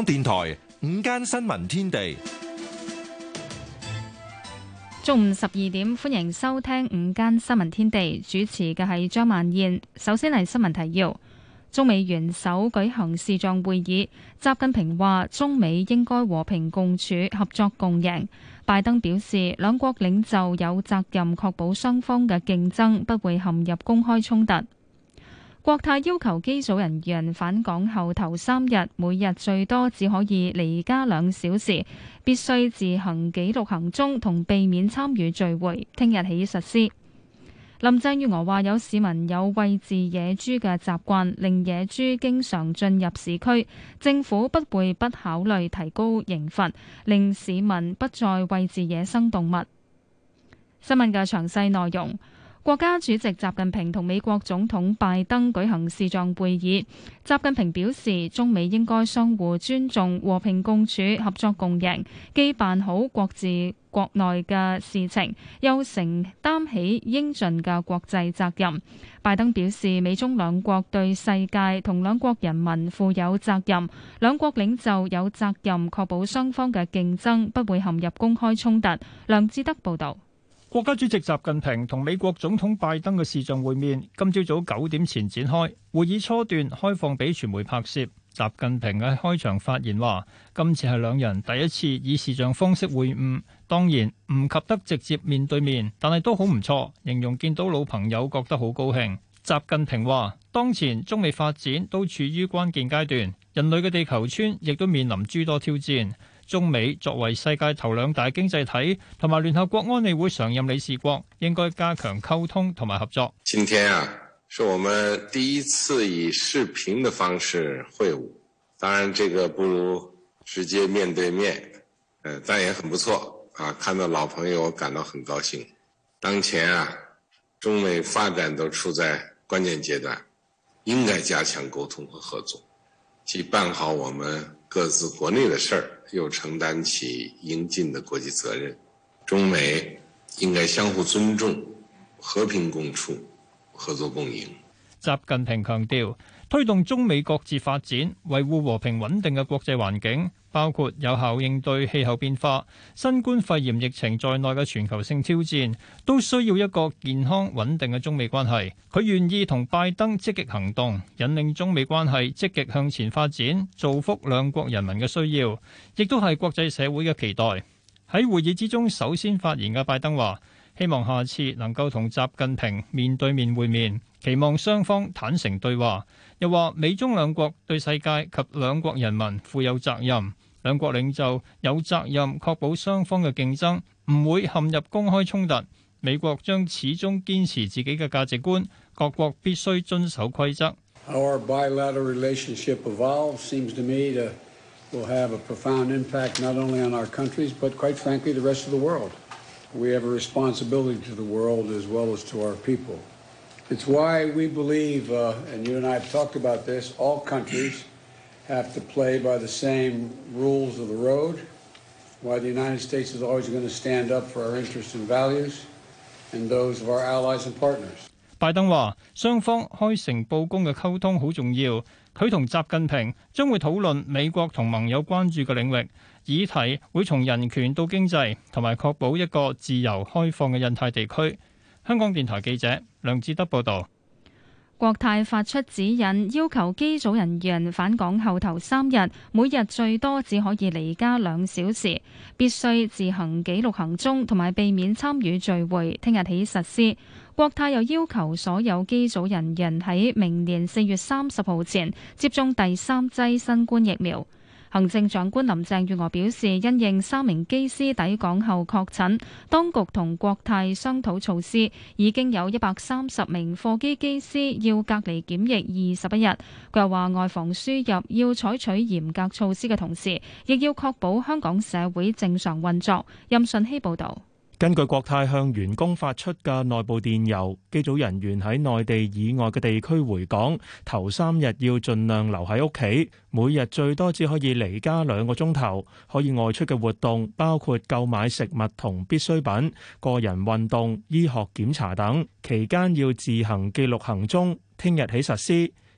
電台午間新聞天地， 中午12點，歡迎收聽午間新聞天地，主持嘅係張曼燕。首先係新聞提要：中美元首舉行視像會議，習近平話中美應該和平共處、合作共贏。拜登表示，兩國領袖有責任確保雙方嘅競爭不會陷入公開衝突。國泰要求機組人員返港後頭3日，每日最多只可以離家2小時，必須自行記錄行蹤同避免參與聚會。聽日起實施。林鄭月娥話：有市民有餵飼野豬嘅習慣，令野豬經常進入市區，政府不會不考慮提高刑罰，令市民不再餵飼野生動物。新聞嘅詳細內容。國家主席習近平同美國總統拜登舉行視像會議。習近平表示，中美應該相互尊重、和平共處、合作共贏，既辦好各自國內嘅事情，又承擔起應盡嘅國際責任。拜登表示，美中兩國對世界同兩國人民負有責任，兩國領袖有責任確保雙方嘅競爭不會陷入公開衝突。梁志德報導。 國家主席習近平同美國總統拜登嘅視像會面，今朝早9點前展開。會議初段開放俾傳媒拍攝。習近平喺開場發言話：今次係兩人第一次以視像方式會晤，當然唔及得直接面對面，但係都好唔錯。形容見到老朋友覺得好高興。習近平話：當前中美發展都處於關鍵階段，人類嘅地球村亦都面臨諸多挑戰。中美作為世界頭2大經濟體同埋聯合國安理會常任理事國，應該加強溝通同埋合作。 今天是我們第一次以視頻的方式會晤，當然這個不如直接面對面，但也很不錯看到老朋友我感到很高興。當前中美發展都處在關鍵階段，應該加強溝通和合作，既辦好我們各自國內的事，又承擔起應盡的國際責任。中美應該相互尊重、和平共處、合作共贏。 習近平強調，推動中美各自發展，維護和平穩定嘅國際環境，包括有效應對氣候變化、新冠肺炎疫情在內嘅全球性挑戰，都需要一個健康穩定嘅中美關係。佢願意同拜登積極行動，引領中美關係積極向前發展，造福兩國人民嘅需要，亦都係國際社會嘅期待。喺會議之中，首先發言嘅拜登話：希望下次能夠同習近平面對面會面，期望雙方坦誠對話。又話美中兩國對世界及兩國人民負有責任，兩國領袖有責任確保雙方嘅競爭唔會陷入公開衝突。美國將始終堅持自己嘅價值觀，各國必須遵守規則。 Our bilateral relationship evolves seems to me to will have a profound impact not only on our countries but quite frankly the rest of the world. We have a responsibility to the world as well as to our people. It's why we believe, and you and I have talked about this, all countries have to play by the same rules of the road, why the United States is always going to stand up for our interests and values and those of our allies and partners. 拜登話：雙方開誠佈公嘅溝通好重要。佢同習近平將會討論美國同盟友關注嘅領域議題，會從人權到經濟，同埋確保一個自由開放嘅印太地區。香港電台記者梁志德報道。 國泰發出指引，要求機組人員返港後頭3日，每日最多只可以離家2小時，必須自行記錄行蹤同埋避免參與聚會。聽日起實施。國泰又要求所有機組人員喺明年4月30號前接種第3劑新冠疫苗。行政長官林鄭月娥表示，因應3名機師抵港後確診，當局同國泰商討措施，已經有130名貨機機師要隔離檢疫21日。佢又話，外防輸入要採取嚴格措施嘅同時，亦要確保香港社會正常運作。任順希報導。 根據國泰向員工發出嘅內部電郵，機組人員喺內地以外嘅地區回港，頭3日要盡量留喺屋企，每日最多只可以離家2個鐘頭，可以外出嘅活動包括購買食物同必需品、個人運動、醫學檢查等，期間要自行記錄行蹤。聽日起實施。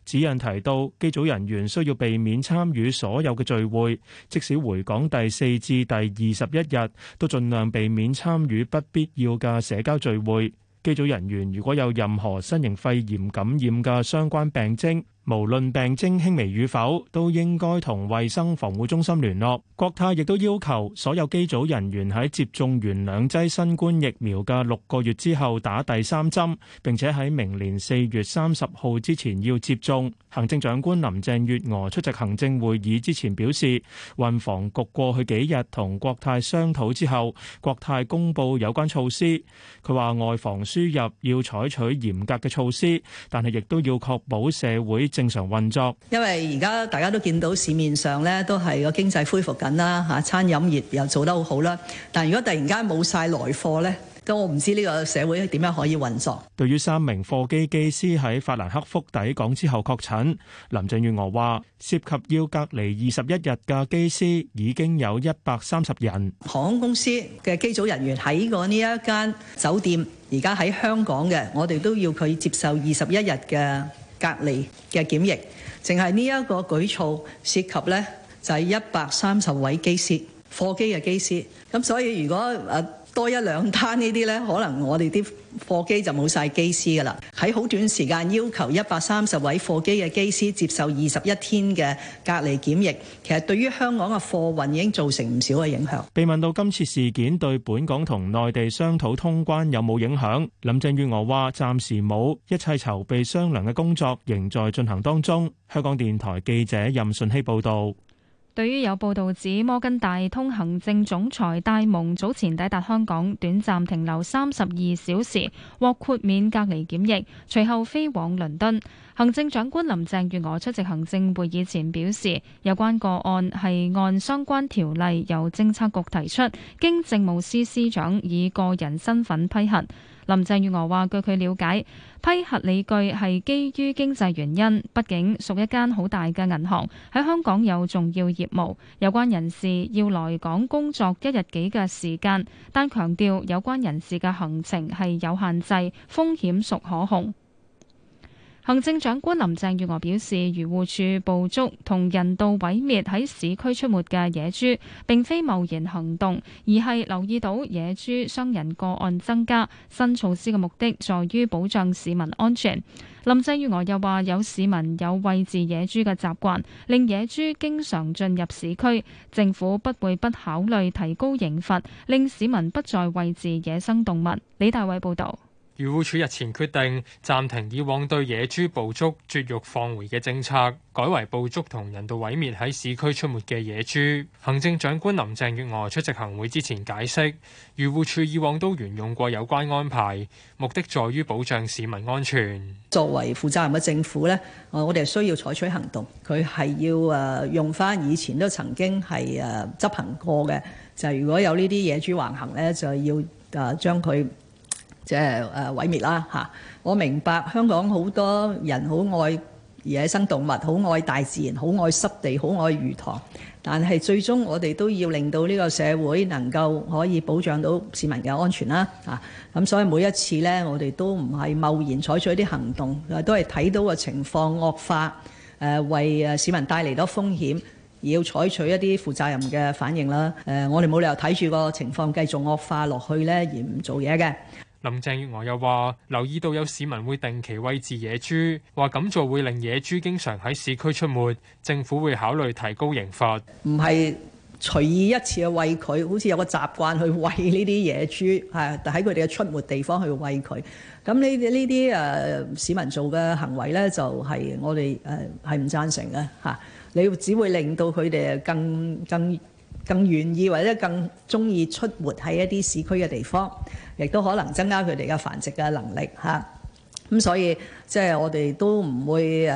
指引提到，機組人員需要避免參與所有嘅聚會，即使回港第4至第21日，都盡量避免參與不必要嘅社交聚會。機組人員如果有任何新型肺炎感染嘅相關病徵，無論病徵輕微與否，都應該同衛生防護中心聯絡。國泰亦都要求所有機組人員喺接種完2劑新冠疫苗嘅6個月之後打第3針，並且喺明年4月30號之前要接種。行政長官林鄭月娥出席行政會議之前表示，運防局過去幾日同國泰商討之後，國泰公布有關措施。佢話外防輸入要採取嚴格嘅措施，但係亦都要確保社會正常運作。 因為而家大家都見到市面上咧都係個經濟恢復緊啦，嚇餐飲業又做得好好啦。但如果突然間冇晒來貨咧，咁我唔知呢個社會點樣可以運作。對於3名貨機機師喺法蘭克福抵港之後確診，林鄭月娥話涉及要隔離21日嘅機師已經有130人。航空公司嘅機組人員喺過呢一間酒店，而家喺香港嘅，我哋都要佢接受21日嘅隔離嘅檢疫。淨係呢一個舉措涉及呢就係130位機師，貨機嘅機師。咁所以如果多1-2單呢啲呢，可能我哋啲貨機就冇晒機師㗎啦。喺好短時間要求130位貨機嘅機師接受21天嘅隔離檢疫，其實對於香港嘅貨運已經造成唔少嘅影響。被問到今次事件對本港同內地商討通關有冇影響，林鄭月娥話暫時冇，一切籌備商量嘅工作仍在進行當中。香港電台記者任順希報導。 對於有報道指摩根大通行政總裁戴蒙早前抵達香港，短暫停留32小時，獲豁免隔離檢疫，隨後飛往倫敦。行政長官林鄭月娥出席行政會議前表示，有關個案係按相關條例由政策局提出，經政務司司長以個人身份批核。林鄭月娥話：據佢了解，批核理據係基於經濟原因，畢竟屬一間好大嘅銀行，喺香港有重要業務，有關人士要來港工作1日幾嘅時間，但強調有關人士嘅行程係有限制，風險屬可控。行政長官林鄭月娥表示，漁護署捕捉同人道毀滅喺市區出沒嘅野豬，並非貿然行動，而係留意到野豬傷人個案增加。新措施嘅目的在於保障市民安全。林鄭月娥又話，有市民有餵飼野豬嘅習慣，令野豬經常進入市區，政府不會不考慮提高刑罰，令市民不再餵飼野生動物。李大偉報導。 漁護署日前決定暫停以往對野豬捕捉、絕育、放回嘅政策，改為捕捉同人道毀滅喺市區出沒嘅野豬。行政長官林鄭月娥出席行會之前解釋，漁護署以往都沿用過有關安排，目的在於保障市民安全。作為負責任嘅政府呢，我哋係需要採取行動，佢係要用翻以前都曾經係執行過嘅，就係如果有呢啲野豬橫行呢，就要將佢即係毀滅啦嚇！我明白香港好多人好愛野生動物，好愛大自然，好愛濕地，好愛魚塘。但係最終我哋都要令到呢個社會能夠可以保障到市民嘅安全啦嚇。咁所以每一次呢，我哋都唔係貿然採取一啲行動，都係睇到個情況惡化，為市民帶嚟多風險，而要採取一啲負責任嘅反應啦。我哋冇理由睇住個情況繼續惡化落去呢，而唔做嘢嘅。林鄭月娥又話：留意到有市民會定期餵飼野豬，話咁做會令野豬經常喺市區出沒，政府會考慮提高刑罰。唔係隨意一次去餵佢，好似有個習慣去餵呢啲野豬，係喺佢哋嘅出沒地方去餵佢。咁呢啲市民做嘅行為呢，就係我哋係唔贊成嘅嚇。你只會令到佢哋更願意或者更鍾意出沒喺一啲市區嘅地方，亦都可能增加佢哋嘅繁殖嘅能力嚇。咁所以即係我哋都唔會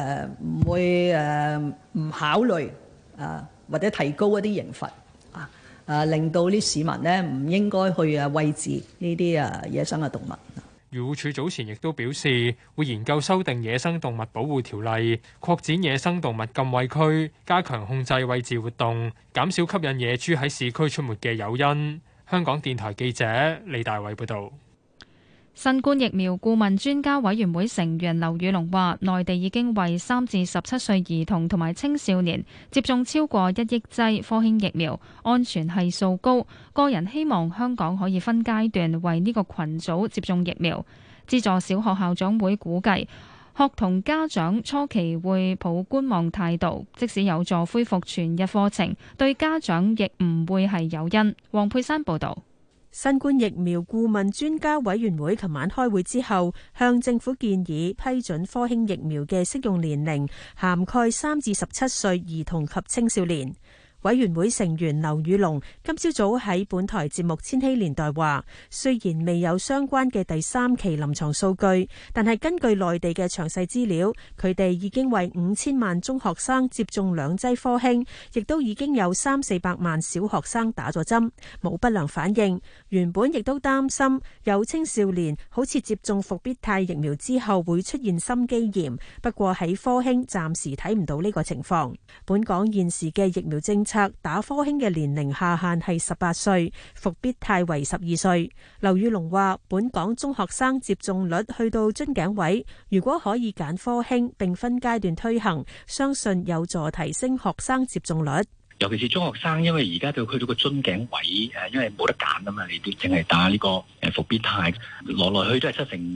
唔考慮或者提高一啲刑罰令到啲市民呢唔應該去餵飼呢啲野生嘅動物。漁護署早前亦都表示，會研究修訂野生動物保護條例，擴展野生動物禁餵區，加強控制餵飼活動，減少吸引野豬喺市區出沒嘅誘因。香港電台記者李大偉報導。 新冠疫苗顧問專家委員會成員劉宇龍話，內地已經為3至17歲兒童同埋青少年接種超過1億劑科興疫苗，安全係數高。個人希望香港可以分階段為呢個群組接種疫苗。資助小學校長會估計，學童家長初期會抱觀望態度，即使有助恢復全日課程，對家長亦唔會係誘因。黃佩珊報導。 新冠疫苗顧問專家委員會琴晚開會之後，向政府建議批准科興疫苗嘅適用年齡涵蓋3至17歲兒童及青少年。委員會成員劉宇龍今朝早喺本台節目《千禧年代》話，雖然未有相關嘅第3期臨床數據，但係根據內地嘅詳細資料，佢哋已經為5000萬中學生接種2劑科興，亦都已經有300-400萬小學生打咗針，冇不良反應。原本亦都擔心有青少年好似接種復必泰疫苗之後會出現心肌炎，不過喺科興暫時睇唔到呢個情況。本港現時嘅疫苗政策打科興嘅年齡下限係18歲，復必泰為12歲。劉宇龍話，本港中學生接種率去到樽頸位，如果可以揀科興並分階段推行，相信有助提升學生接種率。 尤其是中學生，因為而家就去到個樽頸位，因為冇得揀啊嘛，你都淨係打呢個復必泰，來來去都係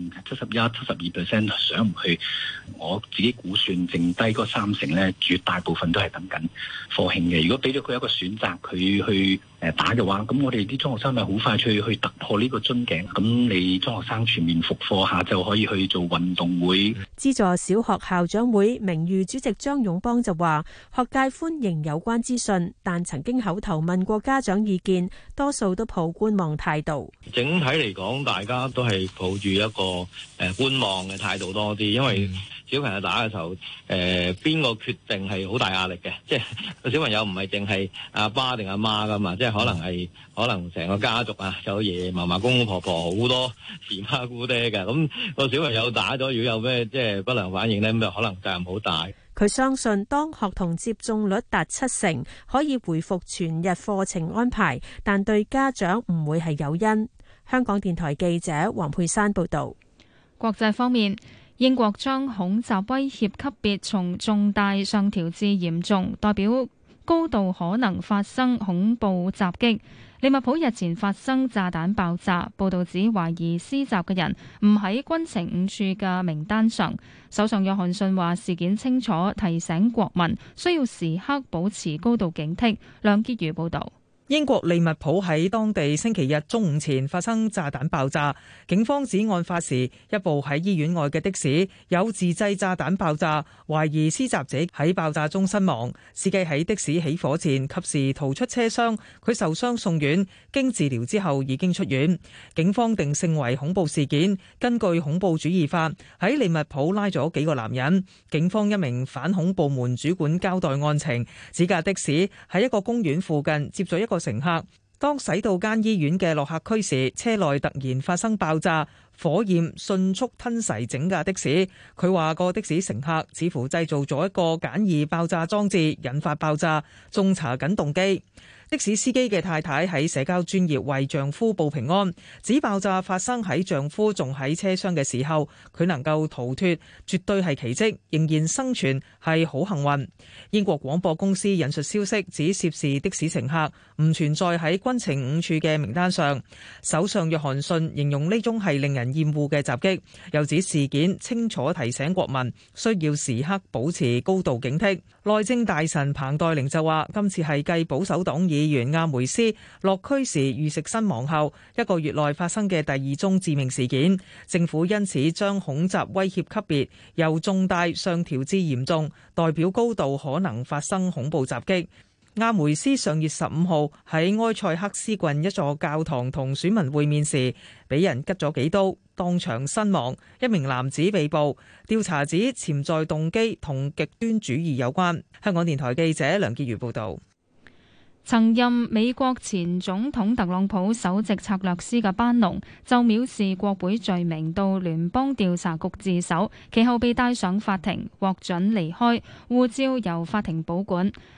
71%、72%上唔去。我自己估算，剩低嗰30%咧，絕大部分都係等緊科興嘅。如果俾咗佢一個選擇，佢去打嘅話，咁我哋啲中學生咪好快去突破呢個樽頸。咁你中學生全面復課下就可以去做運動會。 資助小學校長會名譽主席張勇邦就話，學界歡迎有關資訊，但曾經口頭問過家長意見，多數都抱觀望態度。 整體嚟講，大家都係抱住一個觀望嘅態度多啲，因為小朋友打嘅時候，邊個決定係好大壓力嘅，即係個小朋友唔係淨係阿爸定阿媽噶嘛，即係可能成個家族啊，有爺爺嫲嫲、公公婆婆好多姨媽姑爹嘅，咁個小朋友打咗，如果有咩即係不良反應咧，咁就可能責任好大。 佢相信當學童接種率達70%，可以回復全日課程安排，但對家長唔會係誘因。香港電台記者黃佩珊報導。 國際方面，英國將恐襲威脅級別從重大上調至嚴重，代表高度可能發生恐怖襲擊。利物浦日前發生炸彈爆炸，報導指懷疑施襲嘅人唔喺軍情5處嘅名單上。首相約翰遜話事件清楚提醒國民需要時刻保持高度警惕。梁潔如報導。 英國利物浦喺當地星期日中午前發生炸彈爆炸，警方指案發時一部喺醫院外嘅的士有自製炸彈爆炸，懷疑施襲者喺爆炸中身亡。司機喺的士起火前及時逃出車廂，佢受傷送院，經治療之後已經出院。警方定性為恐怖事件，根據恐怖主義法喺利物浦拉咗幾個男人。警方一名反恐部門主管交代案情，指架的士喺一個公園附近接咗一個乘客，當駛到間醫院嘅落客區時，車內突然發生爆炸，火焰迅速吞噬整架的士。佢話個的士乘客似乎製造咗一個簡易爆炸裝置，引發爆炸，仲查緊動機。的士司機嘅太太喺社交專頁為丈夫報平安，指爆炸發生喺丈夫仲喺車廂嘅時候，佢能夠逃脫，絕對係奇蹟，仍然生存係好幸運。英國廣播公司引述消息指涉事的士乘客唔存在喺軍情5處嘅名單上。首相約翰遜形容呢宗係令人厭惡嘅襲擊，又指事件清楚提醒國民需要時刻保持高度警惕。內政大臣彭黛玲就話，今次係繼保守黨議員阿梅斯落區時遇刺身亡後1個月內發生嘅第2宗致命事件，政府因此將恐襲威脅級別由重大上調至嚴重，代表高度可能發生恐怖襲擊。阿梅斯上月15號喺埃塞克斯郡一座教堂同選民會面時，俾人拮咗幾刀，當場身亡。一名男子被捕，調查指潛在動機同極端主義有關。香港電台記者梁潔如報導。 曾任美國前總統特朗普首席策略師嘅班農就藐視國會罪名到聯邦調查局自首，其後被帶上法庭，獲准離開，護照由法庭保管。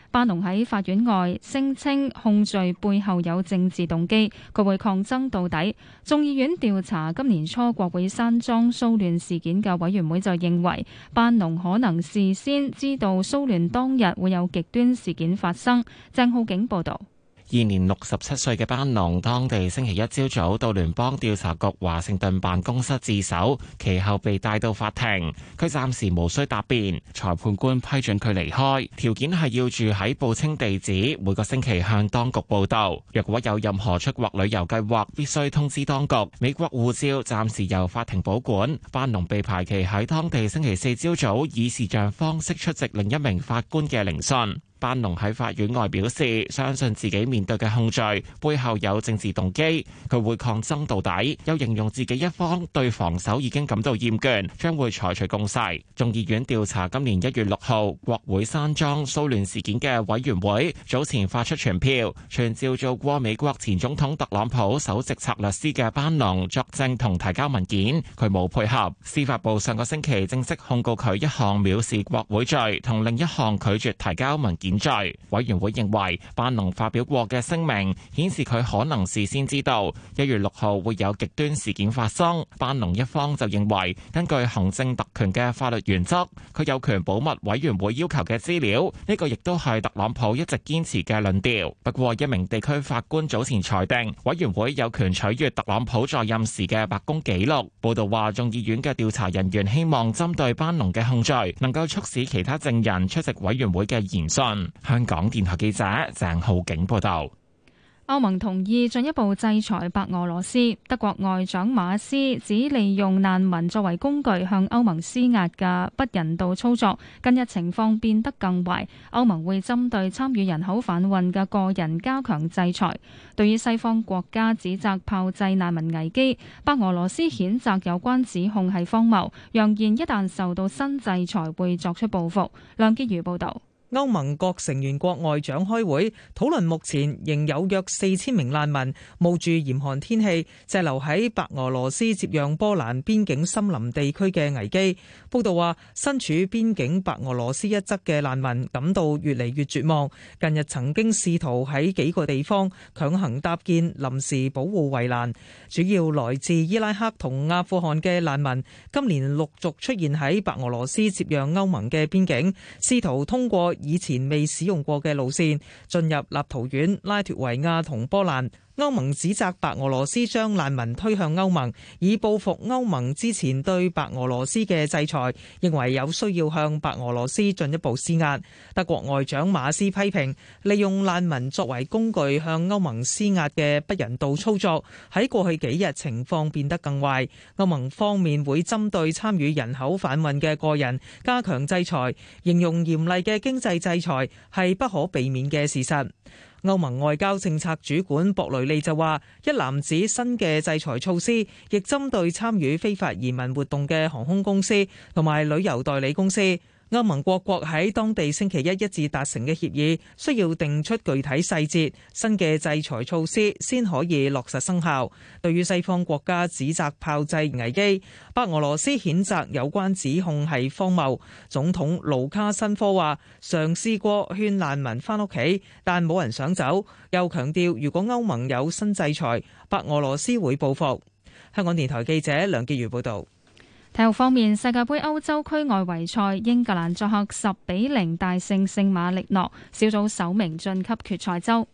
班農喺法院外聲稱控罪背後有政治動機，佢會抗爭到底。眾議院調查今年初國會山莊騷亂事件嘅委員會就認為，班農可能事先知道騷亂當日會有極端事件發生。鄭浩景報導。 現年67歲嘅班農，當地星期一朝早到聯邦調查局華盛頓辦公室自首，其後被帶到法庭。佢暫時無需答辯，裁判官批准佢離開，條件係要住喺報稱地址，每個星期向當局報到。若果有任何出國旅遊計劃，必須通知當局。美國護照暫時由法庭保管。班農被排期喺當地星期四朝早以視像方式出席另一名法官嘅聆訊。班農喺法院外表示，相信自己面對嘅控罪背後有政治動機，佢會抗爭到底，又形容自己一方對防守已經感到厭倦，將會採取攻勢。眾議院調查今年1月6號國會山莊騷亂事件嘅委員會早前發出傳票，傳召做過美國前總統特朗普首席策略師嘅班農作證同提交文件，佢冇配合。司法部上個星期正式控告佢一項藐視國會罪同另一項拒絕提交文件罪。委員會認為班農發表過嘅聲明顯示佢可能事先知道1月6號會有極端事件發生。班農一方就認為根據行政特權嘅法律原則，佢有權保密委員會要求嘅資料，呢個亦都係特朗普一直堅持嘅論調。不過一名地區法官早前裁定，委員會有權取閱特朗普在任時嘅白宮紀錄。報道話，眾議院嘅調查人員希望針對班農嘅控罪，能夠促使其他證人出席委員會嘅研訊。香港電台記者鄭浩景報道。 歐盟同意進一步制裁白俄羅斯。德國外長馬斯指利用難民作為工具向歐盟施壓嘅不人道操作，近日情況變得更壞。歐盟會針對參與人口販運嘅個人加強制裁。對於西方國家指責炮製難民危機，白俄羅斯譴責有關指控係荒謬，揚言一旦受到新制裁會作出報復。梁潔如報導。 歐盟各成員國外長開會討論目前仍有約4000名難民冒住嚴寒天氣滯留喺白俄羅斯接壤波蘭邊境森林地區嘅危機。報道話，身處邊境白俄羅斯一側嘅難民感到越嚟越絕望。近日曾經試圖喺幾個地方強行搭建臨時保護圍欄，主要來自伊拉克同阿富汗嘅難民今年陸續出現喺白俄羅斯接壤歐盟嘅邊境，試圖通過以前未使用過嘅路線進入立陶宛、拉脫維亞同波蘭。歐盟指責白俄羅斯將難民推向歐盟，以報復歐盟之前對白俄羅斯嘅制裁，認為有需要向白俄羅斯進一步施壓。德國外長馬斯批評利用難民作為工具向歐盟施壓嘅不人道操作，喺過去幾日情況變得更壞。歐盟方面會針對參與人口販運嘅個人加強制裁，形容嚴厲嘅經濟制裁係不可避免嘅事實。歐盟外交政策主管博雷利就話，一籃子新嘅制裁措施，亦針對參與非法移民活動嘅航空公司同埋旅遊代理公司。歐盟各國喺當地星期一致達成嘅協議，需要定出具體細節，新嘅制裁措施先可以落實生效。對於西方國家指責炮製危機，白俄羅斯譴責有關指控係荒謬。總統盧卡申科話嘗試過勸難民返屋企，但冇人想走，又強調如果歐盟有新制裁，白俄羅斯會報復。香港電台記者梁潔如報導。 體育方面，世界盃歐洲區外圍賽，英格蘭作客10-0大勝聖馬力諾，小組首名晉級決賽周。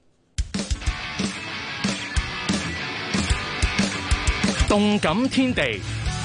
動感天地，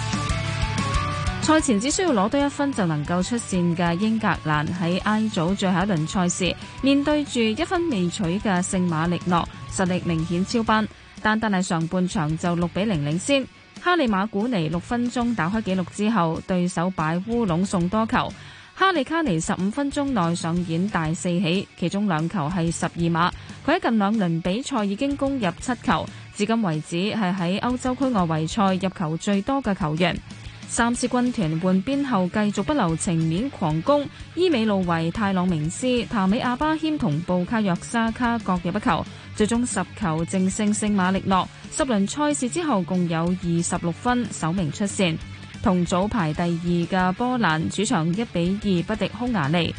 賽前只需要攞多1分就能夠出線嘅英格蘭喺 I 組最後一輪賽事，面對住1分未取嘅聖馬力諾，實力明顯超班。單係上半場就6-0領先。哈利馬古尼6分鐘打開紀錄之後，對手擺烏龍送多球。哈利卡尼15分鐘內上演大四喜，其中2球係12碼。佢喺近2輪比賽已經攻入7球，至今為止係喺歐洲區外圍賽入球最多嘅球員。三獅軍團換邊後繼續不留情面狂攻，伊美路維、泰朗明斯、譚美亞巴謙同布卡約沙卡各入1球，最終10球淨勝聖馬力諾。10輪賽事之後共有26分，首名出線。同組排第2嘅波蘭主場1-2不敵匈牙利。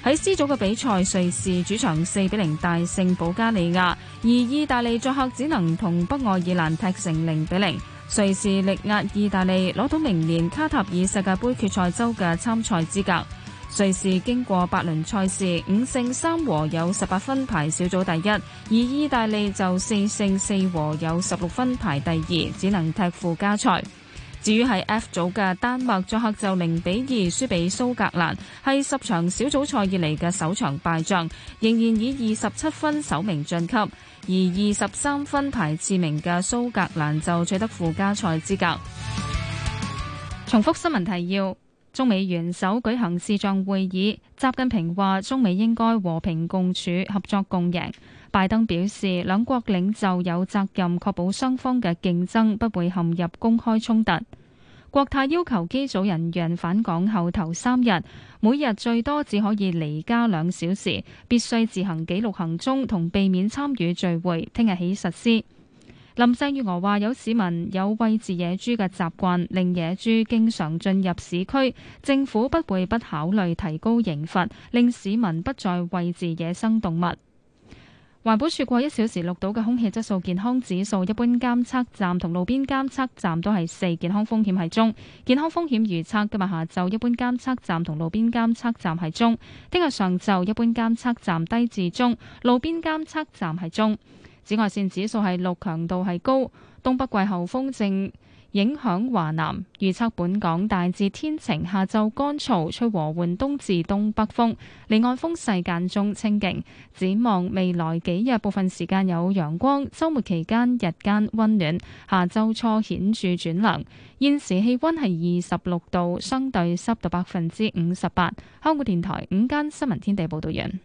喺 C 組嘅比賽，瑞士主場4-0大勝保加利亞，而意大利作客只能同北愛爾蘭踢成0-0。瑞士力壓意大利，攞到明年卡塔爾世界盃決賽周嘅參賽資格。瑞士經過8輪賽事5勝3和有18分排小組第一，而意大利就4勝4和有16分排第二，只能踢附加賽。至於係 F 組嘅丹麥作客就0-2輸俾蘇格蘭，係10場小組賽以嚟嘅首場敗仗，仍然以27分首名晉級，而23分排次名嘅蘇格蘭就取得附加賽資格。重複新聞提要。中美元首舉行視像會議，習近平話中美應該和平共處、合作共贏。拜登表示，兩國領袖有責任確保雙方嘅競爭不會陷入公開衝突。國泰要求機組人員返港後頭3日，每日最多只可以離家2小時，必須自行記錄行蹤同避免參與聚會。聽日起實施。林鄭月娥話：有市民有餵飼野豬嘅習慣，令野豬經常進入市區，政府不會不考慮提高刑罰，令市民不再餵飼野生動物。環保署過1小時錄到嘅空氣質素健康指數，一般監測站同路邊監測站都係4，健康風險係中。健康風險預測今日下晝一般監測站同路邊監測站係中，聽日上晝一般監測站低至中，路邊監測站係中。紫外線指數係6，強度係高。東北季候風正影響華南，預測本港大致天晴，下晝乾燥，吹和緩東至東北風，離岸風勢間中清勁。展望未來幾日，部分時間有陽光，週末期間日間溫暖，下週初顯著轉涼。現時氣溫係26度，相對濕度58%。香港電台午間新聞天地報道完。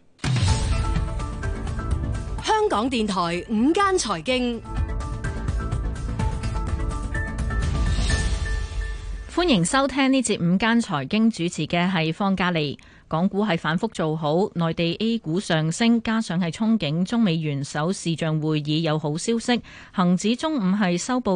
香港電台午間財經， 歡迎收聽呢節午間財經，主持嘅係方嘉利。港股係反覆做好，內地 A 股上升，加上係憧憬中美元首視像會議有好消息，恒指中午係收報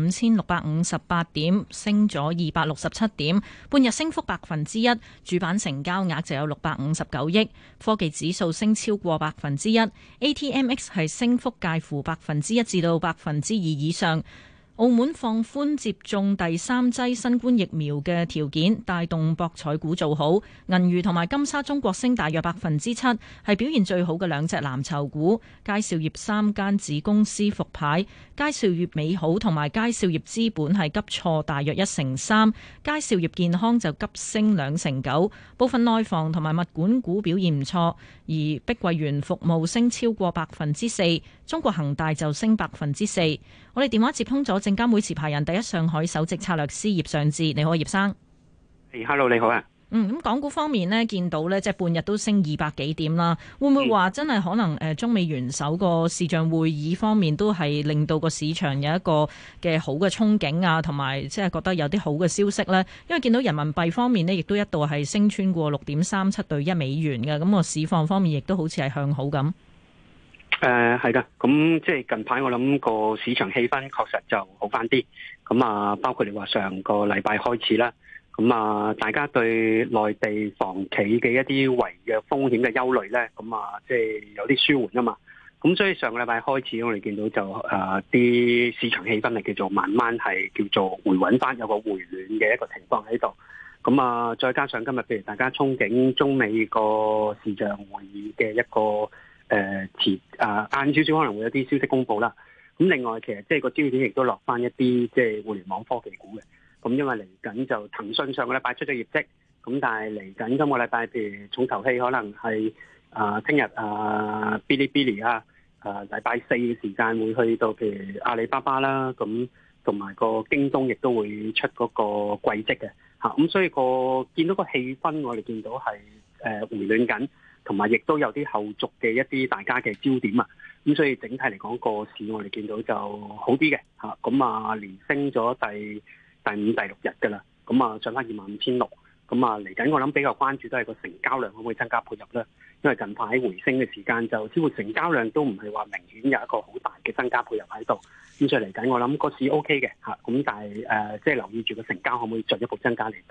25,658點，升咗267點，半日升幅1%，主板成交額就有659億，科技指數升超過1%， ATMX 係升幅介乎1%至到2%以上。澳門放寬接種第3劑新冠疫苗嘅條件，帶動博彩股做好。銀娛同埋金沙中國升大約7%，係表現最好嘅兩隻藍籌股。佳兆業3間子公司復牌，佳兆業美好同埋佳兆業資本係急挫大約1%，佳兆業健康就急升2%。部分內房同埋物管股表現唔錯，而碧桂園服務升超過4%，中國恒大就升4%。我哋電話接通咗證監會持牌人第一上海首席策略師葉尚志，你好，葉生。 Hello， 你好啊。 咁港股方面呢，見到呢，即係半日都升200幾點啦。會唔會話真係可能中美元首個視像會議方面都係令到個市場有一個嘅好嘅憧憬啊，同埋即係覺得有啲好嘅消息呢？因為見到人民幣方面呢，亦都一度係升穿過6.37對1美元嘅，咁個市況方面亦都好似係向好咁。 係噶，咁即係近排我諗個市場氣氛確實就好翻啲，咁啊，包括你話上個禮拜開始啦，咁啊，大家對內地房企嘅一啲違約風險嘅憂慮咧，咁啊，即係有啲舒緩啊嘛，咁所以上個禮拜開始我哋見到就啲市場氣氛係叫做慢慢係叫做回穩翻，有個回暖嘅一個情況喺度，咁啊，再加上今日譬如大家憧憬中美個視像會議嘅一個晏少少可能會有啲消息公布啦。咁另外其實即係個焦點亦都落翻一啲即係互聯網科技股嘅。咁因為嚟緊就騰訊上個禮拜出咗業績，咁但係嚟緊今個禮拜譬如重頭戲可能係聽日嗶哩嗶哩啊，禮拜4嘅時間會去到譬如阿里巴巴啦，咁同埋個京東亦都會出嗰個季績嘅嚇。咁所以見到個氣氛我哋見到係回暖緊。同埋亦都有啲後續嘅一啲大家嘅焦點啊，咁所以整體嚟講個市我哋見到就好啲嘅嚇，咁啊連升咗第5、第6日㗎啦，咁啊上翻25,600，咁啊嚟緊我諗比較關注都係個成交量可唔可以增加配合啦，因為近排回升嘅時間就似乎成交量都唔係話明顯有一個好大嘅增加配合喺度，咁所以嚟緊我諗個市 OK 嘅嚇，咁但係即係留意住個成交可唔可以進一步增加嚟到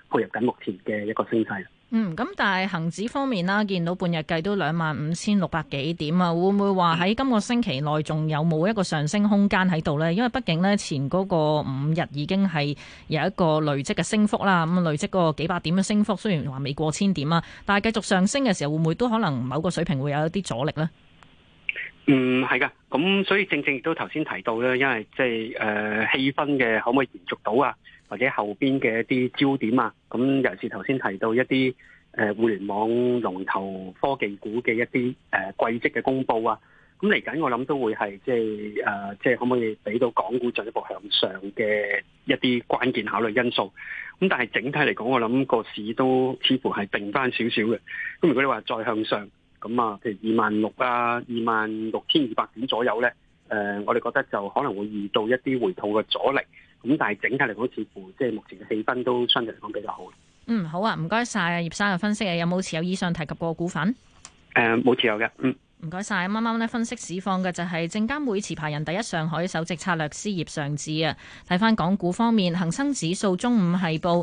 配合緊目前嘅一個升勢。 咁但係恒指方面啦，見到半日計都25,600幾點啊，會唔會話喺今個星期內仲有冇一個上升空間喺度呢？因為畢竟呢，前嗰個5日已經係有一個累積嘅升幅啦，咁累積嗰個幾百點嘅升幅，雖然話未過千點啊，但係繼續上升嘅時候，會唔會都可能某個水平會有一啲阻力呢？ 係噶，咁所以正亦都頭先提到咧，因為即係氣氛嘅可唔可以延續到啊？或者後邊嘅一啲焦點啊，咁尤其是頭先提到一啲互聯網龍頭科技股嘅一啲季績嘅公佈啊，咁嚟緊我諗都會係即係可唔可以俾到港股進一步向上嘅一啲關鍵考慮因素。咁但係整體嚟講，我諗個市都似乎係定翻少少嘅。咁如果你話再向上，咁啊，譬如26,000啊、26,200點左右咧，我哋覺得就可能會遇到一啲回吐嘅阻力。咁但係整體嚟講，似乎即係目前嘅氣氛都相對嚟講比較好。 好啊，唔該晒葉生嘅分析啊，有冇持有以上提及過股份？ 冇持有嘅。 唔該晒。啱啱咧分析市況嘅就係證監會持牌人第一上海首席策略師葉尚志啊。睇翻港股方面，恒生指數中午係報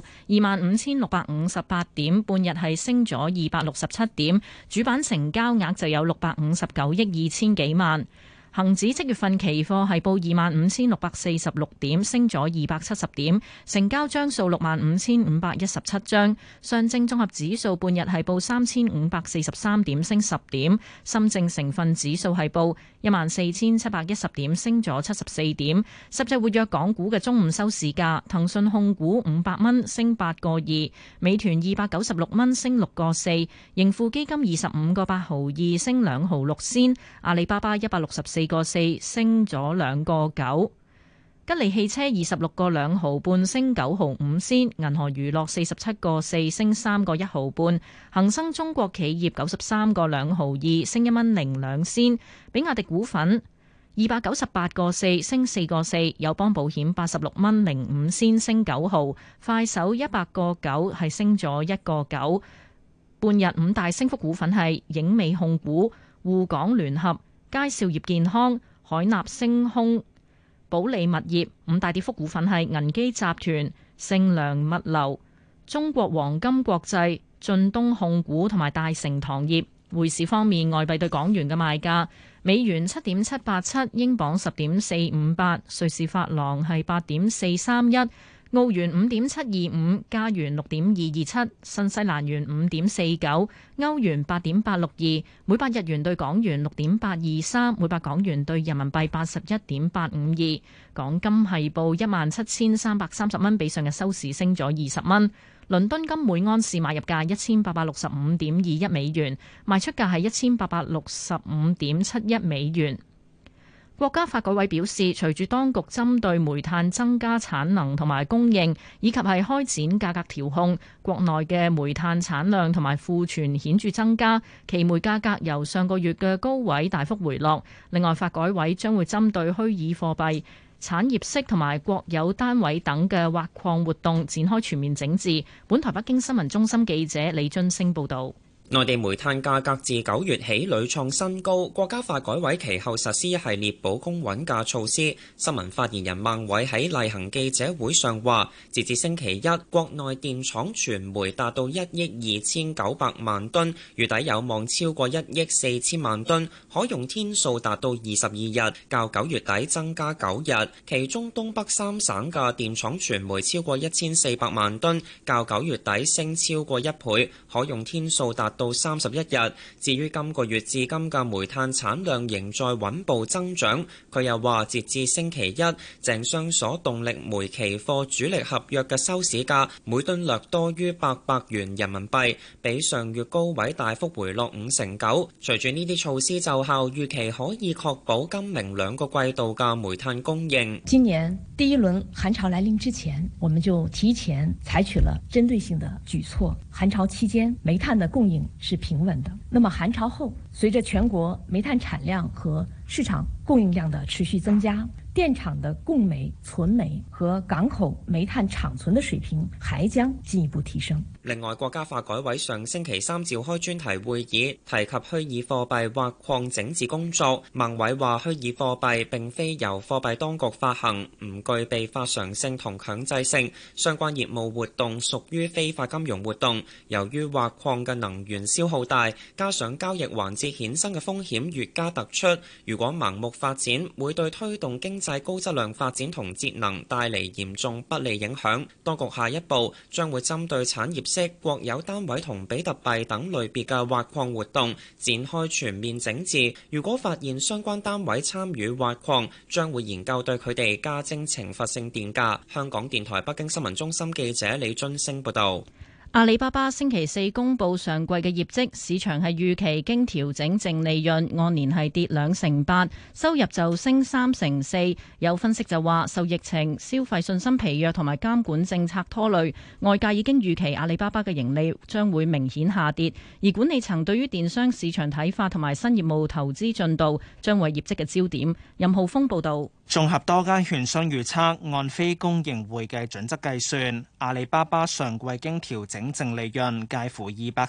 25,658點，半日係升咗267點，主板成交額就有659億2千幾萬。恒指即月份期貨係報25,646點，升咗270點，成交張數65,517張。上證綜合指數半日係報3,543點，升10點。深證成分指數係報14,710點，升咗74點。十隻活躍港股嘅中午收市價，騰訊控股500蚊，升8個2；美團296蚊，升6個4；盈富基金25個8毫2，升2毫6仙；阿里巴巴164個4，升咗2個9；吉利汽車26個2毫半，升9毫5仙；銀河娛樂47個4，升3個1毫半；恒生中國企業93個2毫2，升1蚊02仙；比亞迪股份298個4，升4個4；友邦保險86蚊05仙，升9毫；快手100個9，係升咗1個9。半日5大升幅股份係影美控股、滬港聯合、佳兆業健康、海納星空、保利物業。5大跌幅股份係銀基集團、盛良物流、中國黃金國際、晉東控股同埋大成糖業。匯市方面，外幣對港元嘅賣價：美元7.787，英鎊10.458，瑞士法郎係8.431。澳元5.725，加元6.227，新西蘭元5.49，歐元8.862，每百日元對港元6.823，每百港元對人民幣81.852。港金係報17,330蚊，比上日收市升咗20蚊。倫敦金每安士買入價1865.21美元，賣出價係1865.71美元。國家發改委表示，隨住當局針對煤炭增加產能同埋供應，以及係開展價格調控，國內嘅煤炭產量同埋庫存顯著增加，期煤價格由上個月嘅高位大幅回落。另外，發改委將會針對虛擬貨幣、產業式同埋國有單位等嘅挖礦活動展開全面整治。本台北京新聞中心記者李津升報導。 內地煤炭價格自9月起屢創新高，國家發改委其後實施一系列保供穩價措施。新聞發言人孟偉喺例行記者會上話，截至星期一，國內電廠存煤達到1億2900萬噸，月底有望超過1億4000萬噸，可用天數達到22日，較9月底增加9日。其中東北3省嘅電廠存煤超過1400萬噸，較9月底升超過1倍，可用天數達到31日。至於今個月至今嘅煤炭產量仍在穩步增長。佢又話，截至星期一，淨商所動力煤期貨主力合約嘅收市價每噸略多於800元人民幣，比上月高位大幅回落9%。隨住呢啲措施奏效，預期可以確保今明2個季度嘅煤炭供應。 今年第一輪寒潮來臨之前，我們就提前採取了針對性的舉措。寒潮期間煤炭的供應是平穩的，那麼寒潮後隨着全國煤炭產量和市場供應量的持續增加，電廠的供煤、存煤和港口煤炭廠存的水平還將進一步提升。 另外，國家發改委上星期三召開專題會議，提及虛擬貨幣挖礦整治工作。孟偉話：虛擬貨幣並非由貨幣當局發行，唔具備法常性同強制性，相關業務活動屬於非法金融活動。由於挖礦嘅能源消耗大，加上交易環節衍生嘅風險越加突出，如果盲目發展，會對推動經濟高質量發展同節能帶嚟嚴重不利影響。當局下一步將會針對產業式、國有單位同比特幣等類別嘅挖礦活動展開全面整治。如果發現相關單位參與挖礦，將會研究對佢哋加徵懲罰性電價。香港電台北京新聞中心記者李津升報道。 阿里巴巴星期四公布上季嘅業績，市場係預期經調整淨利潤按年係跌2.8%，收入就升3.4%。有分析就話，受疫情、消費信心疲弱同埋監管政策拖累，外界已經預期阿里巴巴嘅盈利將會明顯下跌。而管理層對於電商市場睇法同埋新業務投資進度，將為業績嘅焦點。任浩峰報導。 綜合多間券商預測，按非公認會計準則計算，阿里巴巴上季經調整淨利潤介乎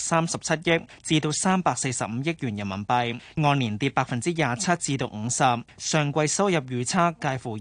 237億至到345億元人民幣，按年跌27%至到50%。上季收入預測介乎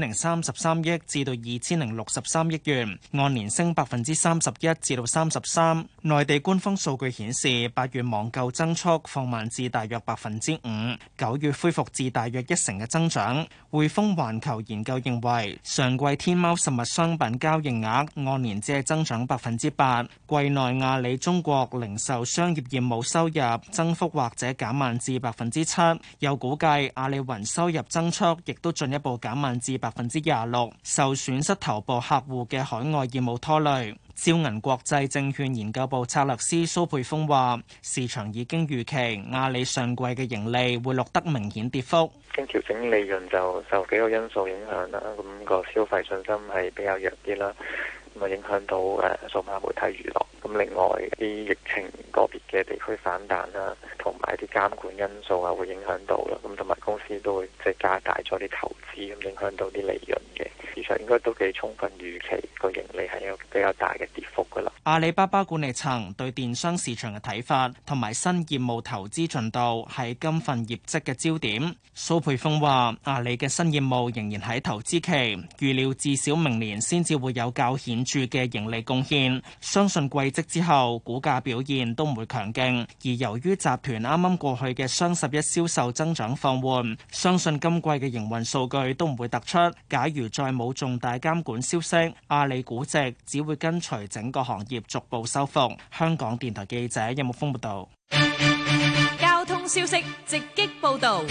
2033億至到2063億元，按年升31%至到33%。內地官方數據顯示，8月網購增速放慢至大約5%，9月恢復至大約1成嘅增長。匯豐環球研究認為，上季天貓實物商品交易額按年只係增長8%，季內阿里中國零售商業業務收入增幅或者減慢至7%，又估計阿里雲收入增速亦都進一步減慢至26%，受損失頭部客戶嘅海外業務拖累。招銀國際證券研究部策略師蘇佩峰話：市場已經預期阿里上季嘅盈利會錄得明顯跌幅。 經調整利潤就受幾個因素影響啦，咁個消費信心係比較弱啲啦，咁啊影響到數碼媒體娛樂。咁另外啲疫情個別嘅地區反彈啦，同埋啲監管因素啊會影響到啦，咁同埋公司都會即係加大咗啲投資，咁影響到啲利潤嘅。市場應該都幾充分預期個盈利係有比較大嘅跌幅噶啦。 阿里巴巴管理層對電商市場嘅睇法同埋新業務投資進度係今份業績嘅焦點。蘇佩峰話：阿里嘅新業務仍然喺投資期，預料至少明年先至會有較顯著嘅盈利貢獻。相信季績之後股價表現都唔會強勁。而由於集團啱啱過去嘅雙11銷售增長放緩，相信今季嘅營運數據都唔會突出。假如再冇重大監管消息，阿里估值只會跟隨整個行業逐步收復。香港電台記者任木峰報道。 交通消息直擊報道。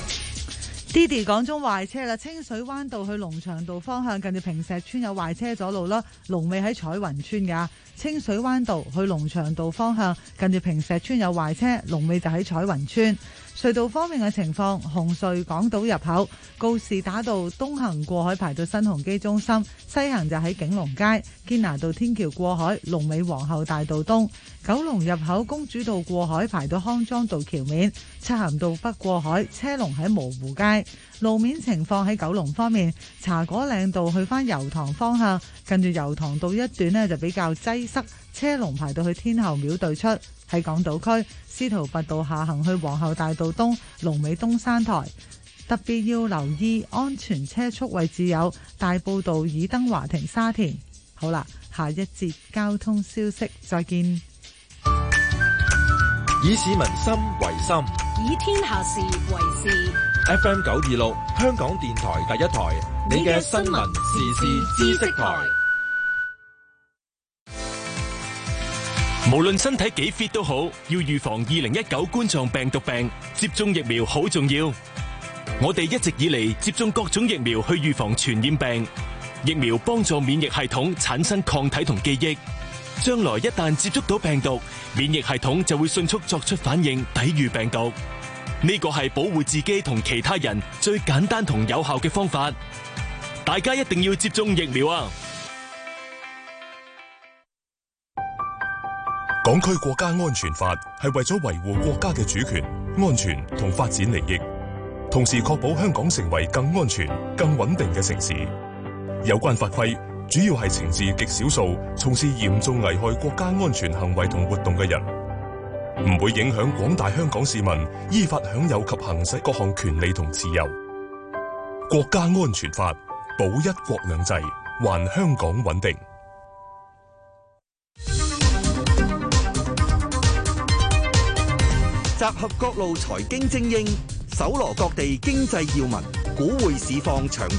Didi 講中壞車啦，清水灣道去龍翔道方向近住坪石村有壞車阻路啦，龍尾喺彩雲村噶。清水灣道去龍翔道方向近住坪石村有壞車，龍尾就喺彩雲村。隧道方面嘅情況，紅隧港島入口告士打道東行過海排到新鴻基中心，西行就喺景隆街堅拿道天橋過海，龍尾皇后大道東。九龍入口公主道過海排到康莊道橋面，漆咸道北過海車龍喺蕪湖街。路面情況喺九龍方面，茶果嶺道去返油塘方向，近住油塘道一段呢就比較擠塞，車龍排到去天后廟對出。喺港島區司徒拔道下行去皇后大道東，龍尾東山台。特別要留意安全車速位置有大埔道爾登華庭沙田。好啦，下一節交通消息再見。 以市民心為心， 以天下事為事。 FM 926香港電台第一台，你嘅新聞時事知識台。 無論身體幾 fit 都好，要預防2019冠狀病毒病，接種疫苗好重要。我哋一直以嚟接種各種疫苗去預防傳染病，疫苗幫助免疫系統產生抗體同記憶，將來一旦接觸到病毒，免疫系統就會迅速作出反應，抵禦病毒。呢個係保護自己同其他人最簡單同有效嘅方法，大家一定要接種疫苗啊！ 港區國家安全法係為咗維護國家嘅主權、 安全同發展利益，同時確保香港成為更安全、更穩定嘅城市。有關法規主要係懲治極少數從事嚴重危害國家安全行為同活動嘅人，唔會影響廣大香港市民依法享有及行使各項權利同自由。國家安全法保一國兩制，還香港穩定。 集合各路財經精英，搜羅各地經濟要聞，股匯市況長